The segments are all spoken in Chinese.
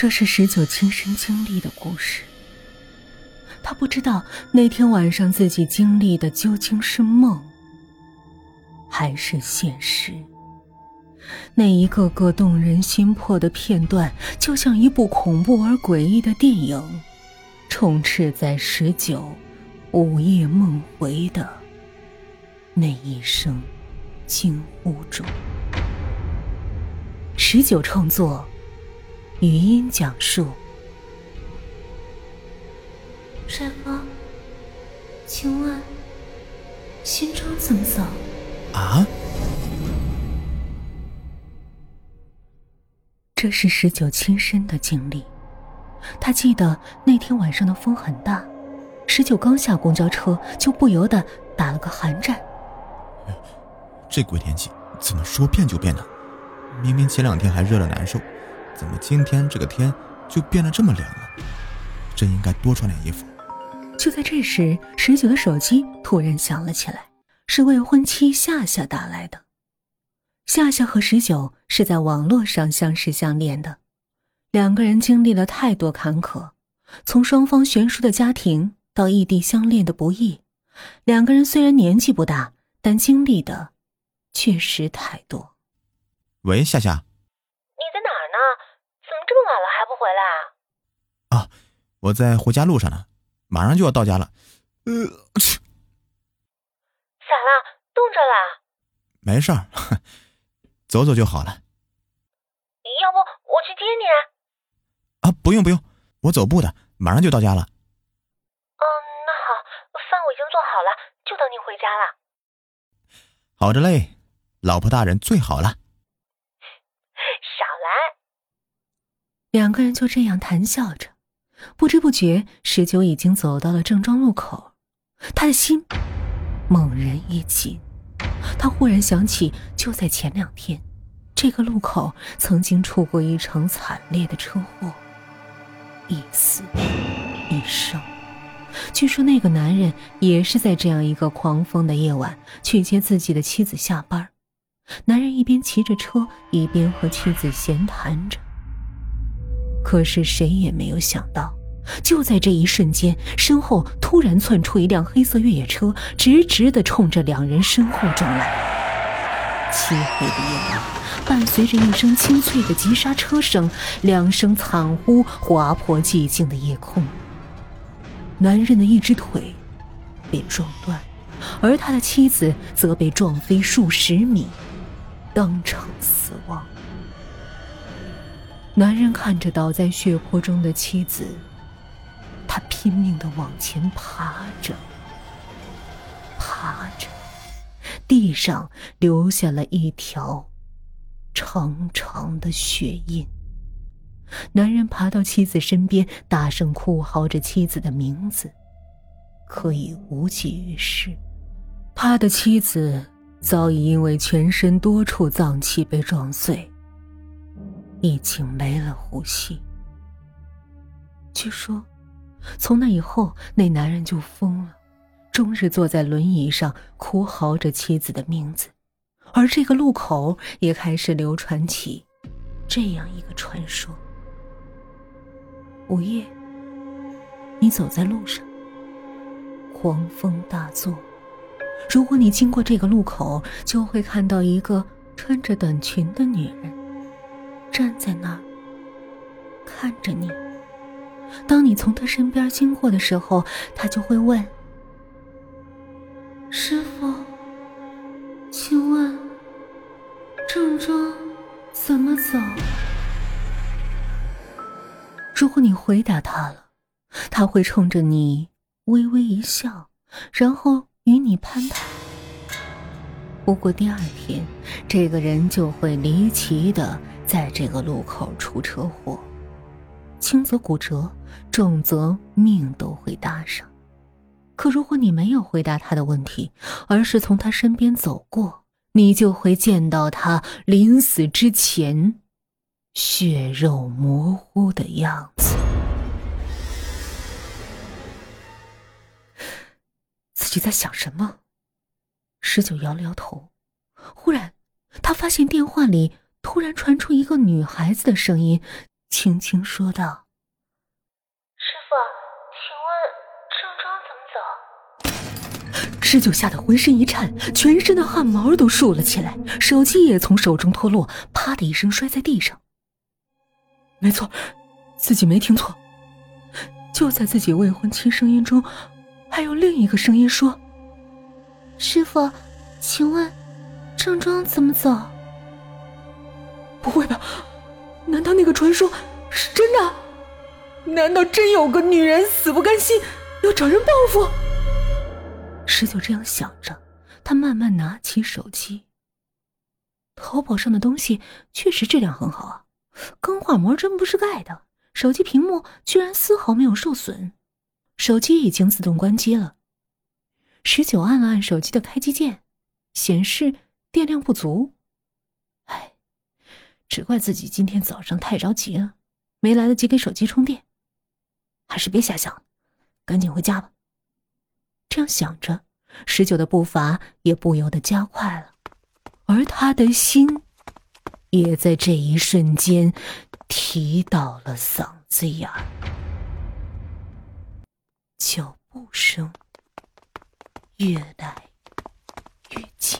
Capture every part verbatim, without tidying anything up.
这是十九亲身经历的故事。他不知道那天晚上自己经历的究竟是梦还是现实。那一个个动人心魄的片段，就像一部恐怖而诡异的电影，充斥在十九午夜梦回的那一声惊呼中。十九创作，语音讲述。 帅哥，请问新庄怎么走？ 啊？ 这是十九亲身的经历。他记得那天晚上的风很大，十九刚下公交车就不由得打了个寒战。 这鬼天气怎么说变就变呢？明明前两天还热得难受，怎么今天这个天就变得这么凉了？真应该多穿点衣服。 就在这时，十九的手机突然响了起来，是未婚妻夏夏打来的。夏夏和十九是在网络上相识相恋的，两个人经历了太多坎坷，从双方悬殊的家庭到异地相恋的不易。两个人虽然年纪不大，但经历的确实太多。 喂，夏夏。 你在哪儿呢？怎么这么晚了还不回来啊？啊，我在回家路上呢，马上就要到家了。呃， 咋了？冻着了？ 没事儿，走走就好了。 要不我去接你？ 啊，不用不用，我走步的，马上就到家了。 嗯，那好，饭我已经做好了，就等你回家了。 好着嘞，老婆大人最好了。 少来。 两个人就这样谈笑着，不知不觉十九已经走到了郑庄路口。他的心猛然一紧，他忽然想起就在前两天，这个路口曾经出过一场惨烈的车祸，一死一伤。据说那个男人也是在这样一个狂风的夜晚去接自己的妻子下班。男人一边骑着车一边和妻子闲谈着，可是谁也没有想到，就在这一瞬间，身后突然窜出一辆黑色越野车，直直地冲着两人身后撞来。漆黑的夜晚伴随着一声清脆的急刹车声，两声惨呼划破寂静的夜空。男人的一只腿被撞断，而他的妻子则被撞飞数十米，当场死亡。男人看着倒在血泊中的妻子，他拼命地往前爬着，爬着，地上留下了一条长长的血印。男人爬到妻子身边，大声哭嚎着妻子的名字，可已无济于事。他的妻子早已因为全身多处脏器被撞碎，已经没了呼吸。据说从那以后，那男人就疯了，终日坐在轮椅上哭嚎着妻子的名字。而这个路口也开始流传起这样一个传说：午夜你走在路上，狂风大作，如果你经过这个路口，就会看到一个穿着短裙的女人站在那儿看着你。当你从她身边经过的时候，她就会问： 师父，请问郑庄怎么走？ 如果你回答她了，她会冲着你微微一笑，然后与你攀谈。不过第二天，这个人就会离奇的在这个路口出车祸，轻则骨折，重则命都会搭上。可如果你没有回答他的问题，而是从他身边走过，你就会见到他临死之前血肉模糊的样子。自己在想什么？十九摇了摇头，忽然他发现电话里突然传出一个女孩子的声音， 轻轻说道：“ 师傅，请问郑庄怎么走？” 十九吓得浑身一颤，全身的汗毛都竖了起来，手机也从手中脱落，啪的一声摔在地上。没错，自己没听错。就在自己未婚妻声音中，还有另一个声音说：“ 师傅，请问郑庄怎么走？” 不会吧？难道那个传说是真的？难道真有个女人死不甘心，要找人报复？十九这样想着，他慢慢拿起手机。淘宝上的东西确实质量很好啊，钢化膜真不是盖的，手机屏幕居然丝毫没有受损，手机已经自动关机了。十九按了按手机的开机键，显示电量不足。唉，只怪自己今天早上太着急了，没来得及给手机充电。还是别瞎想了，赶紧回家吧。这样想着，十九的步伐也不由得加快了，而他的心也在这一瞬间提到了嗓子眼儿。脚步声越来越近，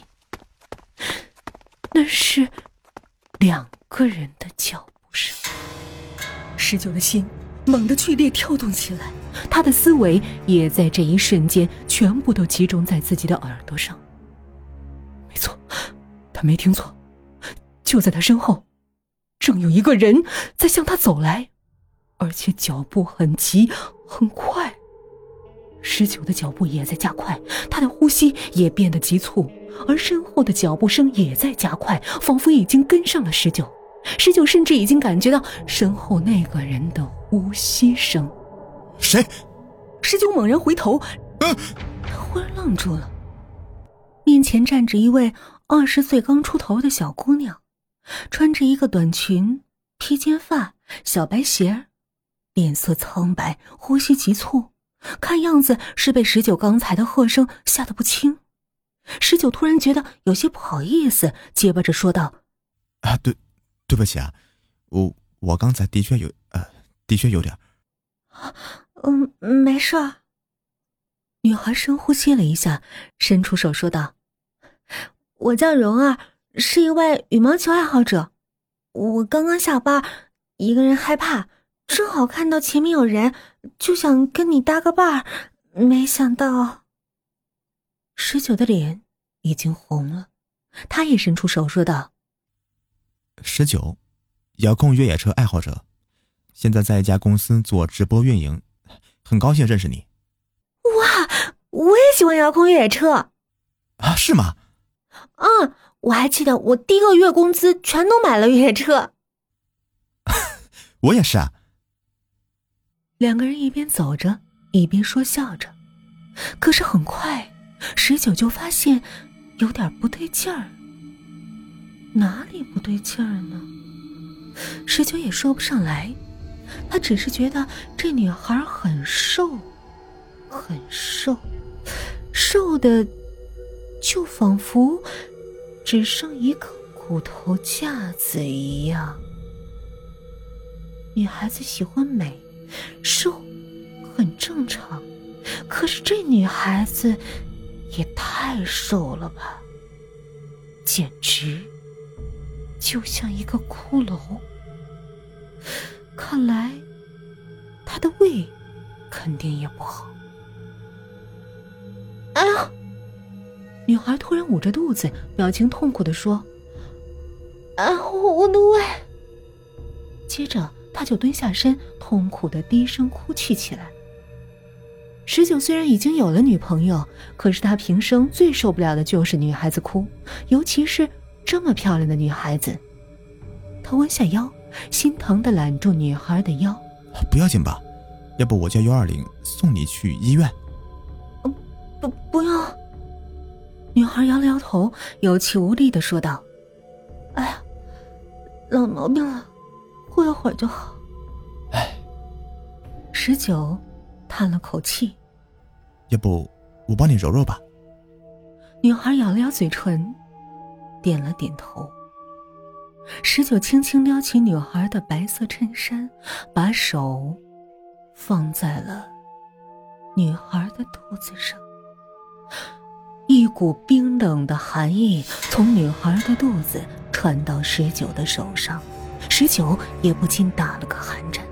那是两个人的脚步声。十九的心猛地剧烈跳动起来，他的思维也在这一瞬间全部都集中在自己的耳朵上。没错，他没听错，就在他身后，正有一个人在向他走来，而且脚步很急很快。十九的脚步也在加快，他的呼吸也变得急促，而身后的脚步声也在加快，仿佛已经跟上了十九。十九甚至已经感觉到身后那个人的呼吸声。 谁？ 十九猛然回头， 嗯、 他忽然愣住了，面前站着一位二十岁刚出头的小姑娘，穿着一个短裙、披肩发、小白鞋，脸色苍白，呼吸急促，看样子是被十九刚才的喝声吓得不轻。十九突然觉得有些不好意思，结巴着说道：“ 啊，对，对不起啊，我我刚才的确有，呃，的确有点。” 嗯，没事儿。 女孩深呼吸了一下，伸出手说道：“ 我叫蓉儿，是一位羽毛球爱好者。我刚刚下班，一个人害怕，正好看到前面有人，就想跟你搭个伴儿，没想到……” 十九的脸已经红了，他也伸出手说道：“ 十九，遥控越野车爱好者，现在在一家公司做直播运营，很高兴认识你。” 哇，我也喜欢遥控越野车。 啊，是吗？ 嗯，我还记得我第一个月工资全都买了越野车。 我也是啊。 两个人一边走着一边说笑着，可是很快十九就发现有点不对劲儿。哪里不对劲儿呢？十九也说不上来，他只是觉得这女孩很瘦很瘦，瘦的就仿佛只剩一个骨头架子一样。女孩子喜欢美，瘦很正常，可是这女孩子也太瘦了吧，简直就像一个骷髅。看来她的胃肯定也不好。 哎呀！ 女孩突然捂着肚子，表情痛苦地说：“ 哎，我的胃！” 接着她就蹲下身，痛苦地低声哭泣起来。十九虽然已经有了女朋友，可是他平生最受不了的就是女孩子哭，尤其是这么漂亮的女孩子。他弯下腰，心疼地揽住女孩的腰：“ 不要紧吧？要不我叫幺二零送你去医院？”“ 不，不用。” 女孩摇了摇头，有气无力地说道：“ 哎呀，老毛病了，过一会儿就好。” 哎， 十九叹了口气：“ 要不我帮你揉揉吧？” 女孩咬了咬嘴唇，点了点头。 十九轻轻撩起女孩的白色衬衫，把手放在了女孩的肚子上。一股冰冷的寒意从女孩的肚子传到十九的手上，十九也不禁打了个寒颤。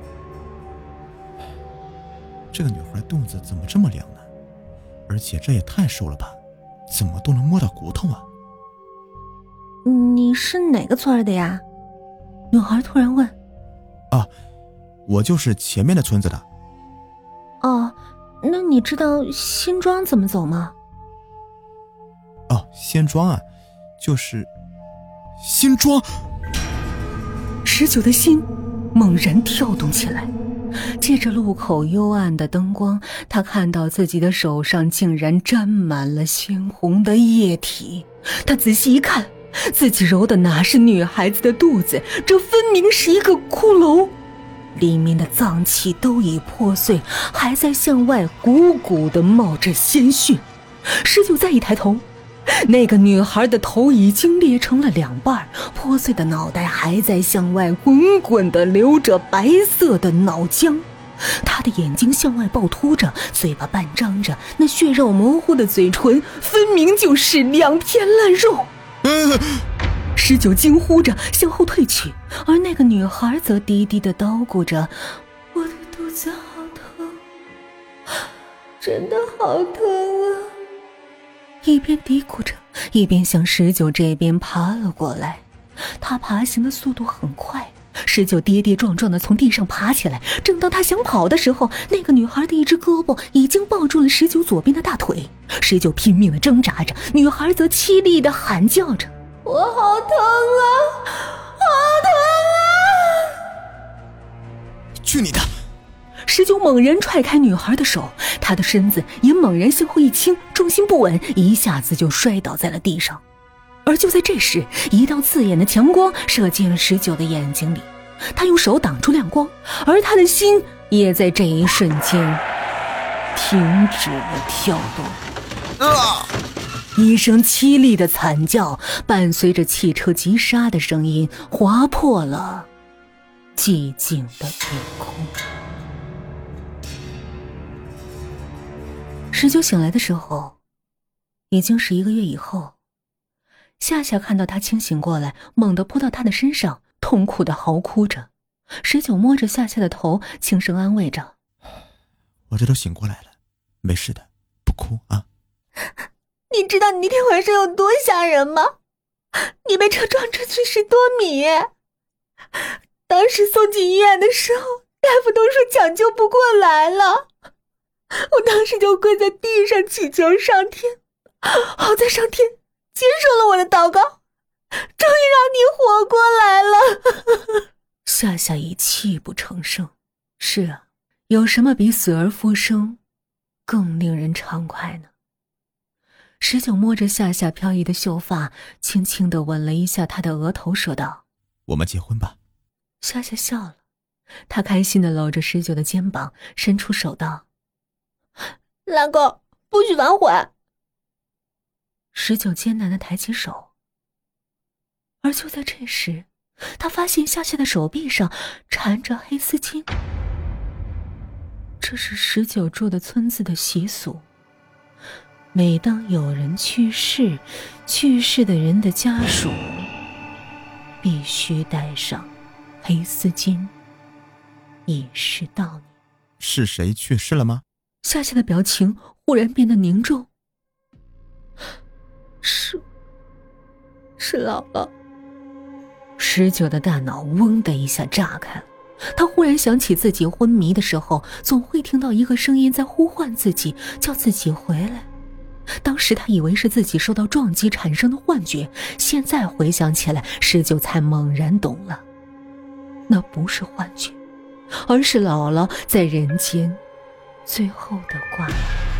这个女孩肚子怎么这么凉呢？而且这也太瘦了吧，怎么都能摸到骨头啊？ 你是哪个村的呀？ 女孩突然问。 啊，我就是前面的村子的。 哦，那你知道新庄怎么走吗？ 哦，新庄啊，就是新庄。 十九的心猛然跳动起来，借着路口幽暗的灯光，他看到自己的手上竟然沾满了鲜红的液体。他仔细一看，自己揉的哪是女孩子的肚子，这分明是一个骷髅，里面的脏器都已破碎，还在向外鼓鼓地冒着鲜血。十九再一抬头，那个女孩的头已经裂成了两半，破碎的脑袋还在向外滚滚地流着白色的脑浆，她的眼睛向外暴突着，嘴巴半张着，那血肉模糊的嘴唇分明就是两片烂肉。十九惊呼着向后退去，而那个女孩则低低地叨咕着：我的肚子好疼，真的好疼啊。一边嘀咕着，一边向十九这边爬了过来。他爬行的速度很快，十九跌跌撞撞地从地上爬起来。正当他想跑的时候，那个女孩的一只胳膊已经抱住了十九左边的大腿。十九拼命地挣扎着，女孩则凄厉地喊叫着：我好疼啊，好疼啊！ 去你的！ 十九猛然踹开女孩的手，他的身子也猛然向后一倾，重心不稳，一下子就摔倒在了地上。而就在这时，一道刺眼的强光射进了十九的眼睛里，他用手挡住亮光，而他的心也在这一瞬间停止了跳动。 啊！ 一声凄厉的惨叫伴随着汽车急刹的声音划破了寂静的夜空。十九醒来的时候已经是一个月以后，夏夏看到他清醒过来，猛地扑到他的身上，痛苦地嚎哭着。十九摸着夏夏的头，轻声安慰着： 我这都醒过来了，没事的，不哭啊。 你知道你那天晚上有多吓人吗？你被车撞出去十多米，当时送进医院的时候，大夫都说抢救不过来了。我当时就跪在地上祈求上天，好在上天接受了我的祷告，终于让你活过来了。 夏夏已泣不成声。是啊，有什么比死而复生更令人畅快呢？十九摸着夏夏飘逸的秀发，轻轻地吻了一下她的额头，说道： 我们结婚吧。 夏夏笑了，她开心地搂着十九的肩膀，伸出手道： 老公，不许反悔。 十九艰难地抬起手，而就在这时，他发现夏夏的手臂上缠着黑丝巾。这是十九住的村子的习俗，每当有人去世，去世的人的家属必须带上黑丝巾，以示悼念。 是谁去世了吗？ 夏夏的表情忽然变得凝重。是是姥姥。十九的大脑嗡的一下炸开了，他忽然想起自己昏迷的时候，总会听到一个声音在呼唤自己，叫自己回来。当时他以为是自己受到撞击产生的幻觉，现在回想起来，十九才猛然懂了，那不是幻觉，而是姥姥在人间最后的挂念。